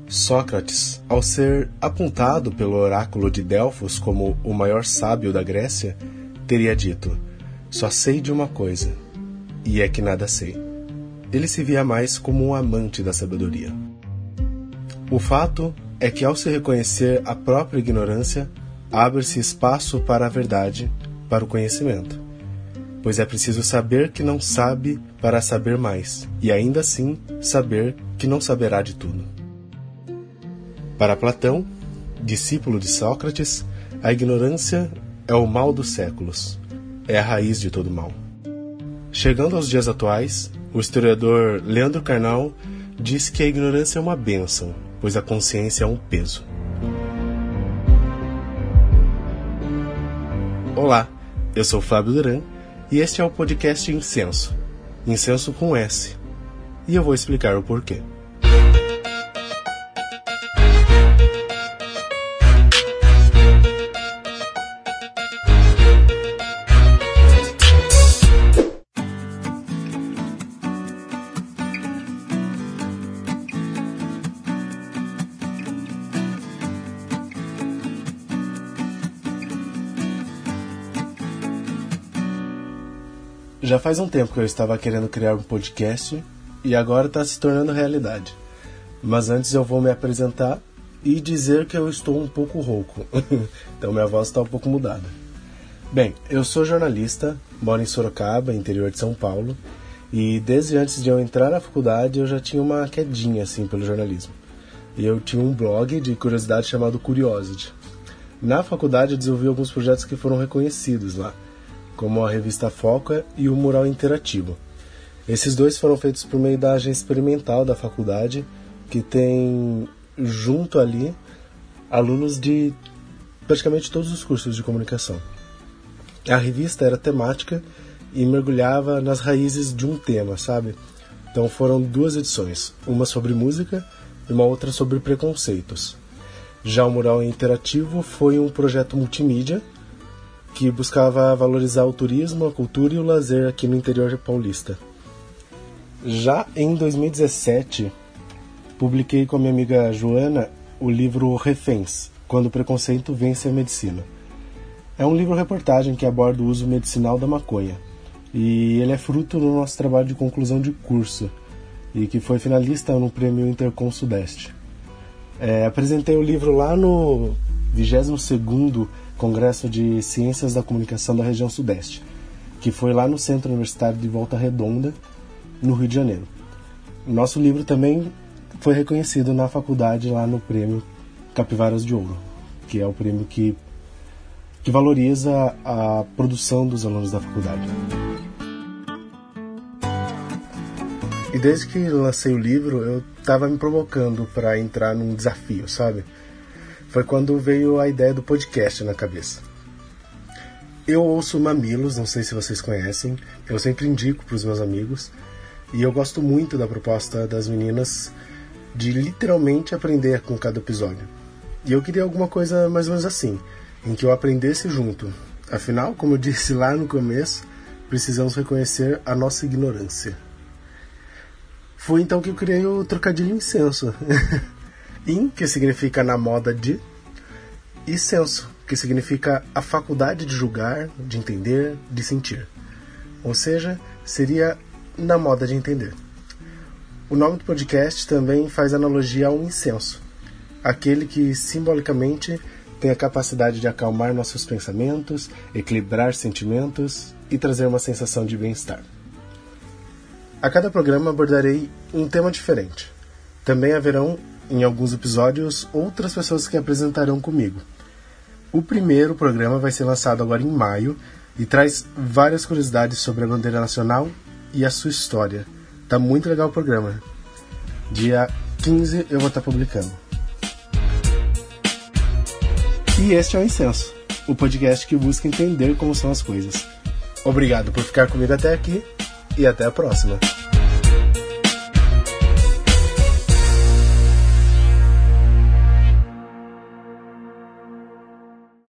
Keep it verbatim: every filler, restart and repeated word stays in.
Sócrates, ao ser apontado pelo oráculo de Delfos como o maior sábio da Grécia, teria dito: "Só sei de uma coisa, e é que nada sei." Ele se via mais como um amante da sabedoria. O fato é que, ao se reconhecer a própria ignorância, abre-se espaço para a verdade, para o conhecimento. Pois é preciso saber que não sabe para saber mais, e ainda assim saber que não saberá de tudo. Para Platão, discípulo de Sócrates, a ignorância é o mal dos séculos, é a raiz de todo mal. Chegando aos dias atuais, o historiador Leandro Carnal diz que a ignorância é uma bênção, pois a consciência é um peso. Olá, eu sou Fábio Duran e este é o podcast Incenso, Incenso com S, e eu vou explicar o porquê. Já faz um tempo que eu estava querendo criar um podcast e agora está se tornando realidade. Mas antes eu vou me apresentar e dizer que eu estou um pouco rouco, então minha voz está um pouco mudada. Bem, eu sou jornalista, moro em Sorocaba, interior de São Paulo, e desde antes de eu entrar na faculdade eu já tinha uma quedinha assim pelo jornalismo. E eu tinha um blog de curiosidade chamado Curiosity. Na faculdade eu desenvolvi alguns projetos que foram reconhecidos lá, como a revista Foca e o Mural Interativo. Esses dois foram feitos por meio da agência experimental da faculdade, que tem junto ali alunos de praticamente todos os cursos de comunicação. A revista era temática e mergulhava nas raízes de um tema, sabe? Então foram duas edições, uma sobre música e uma outra sobre preconceitos. Já o Mural Interativo foi um projeto multimídia que buscava valorizar o turismo, a cultura e o lazer aqui no interior paulista. Já em dois mil e dezessete, publiquei com a minha amiga Joana o livro Reféns, Quando o Preconceito Vence a Medicina. É um livro-reportagem que aborda o uso medicinal da maconha, e ele é fruto do nosso trabalho de conclusão de curso, e que foi finalista no Prêmio Intercom Sudeste. É, apresentei o livro lá no vigésimo segundo Congresso de Ciências da Comunicação da Região Sudeste, que foi lá no Centro Universitário de Volta Redonda, no Rio de Janeiro. Nosso livro também foi reconhecido na faculdade lá no Prêmio Capivaras de Ouro, que é o prêmio que, que valoriza a produção dos alunos da faculdade. E desde que lancei o livro, eu estava me provocando para entrar num desafio, sabe? Foi quando veio a ideia do podcast na cabeça. Eu ouço Mamilos, não sei se vocês conhecem, eu sempre indico para os meus amigos, e eu gosto muito da proposta das meninas de literalmente aprender com cada episódio. E eu queria alguma coisa mais ou menos assim, em que eu aprendesse junto. Afinal, como eu disse lá no começo, precisamos reconhecer a nossa ignorância. Foi então que eu criei o trocadilho incenso. In, que significa na moda de, e senso, que significa a faculdade de julgar, de entender, de sentir. Ou seja, seria na moda de entender. O nome do podcast também faz analogia ao incenso, aquele que simbolicamente tem a capacidade de acalmar nossos pensamentos, equilibrar sentimentos e trazer uma sensação de bem-estar. A cada programa abordarei um tema diferente. Também haverão em alguns episódios, outras pessoas que apresentarão comigo. O primeiro programa vai ser lançado agora em maio e traz várias curiosidades sobre a bandeira nacional e a sua história. Tá muito legal o programa. Dia quinze eu vou estar publicando. E este é o Incenso, o podcast que busca entender como são as coisas. Obrigado por ficar comigo até aqui e até a próxima.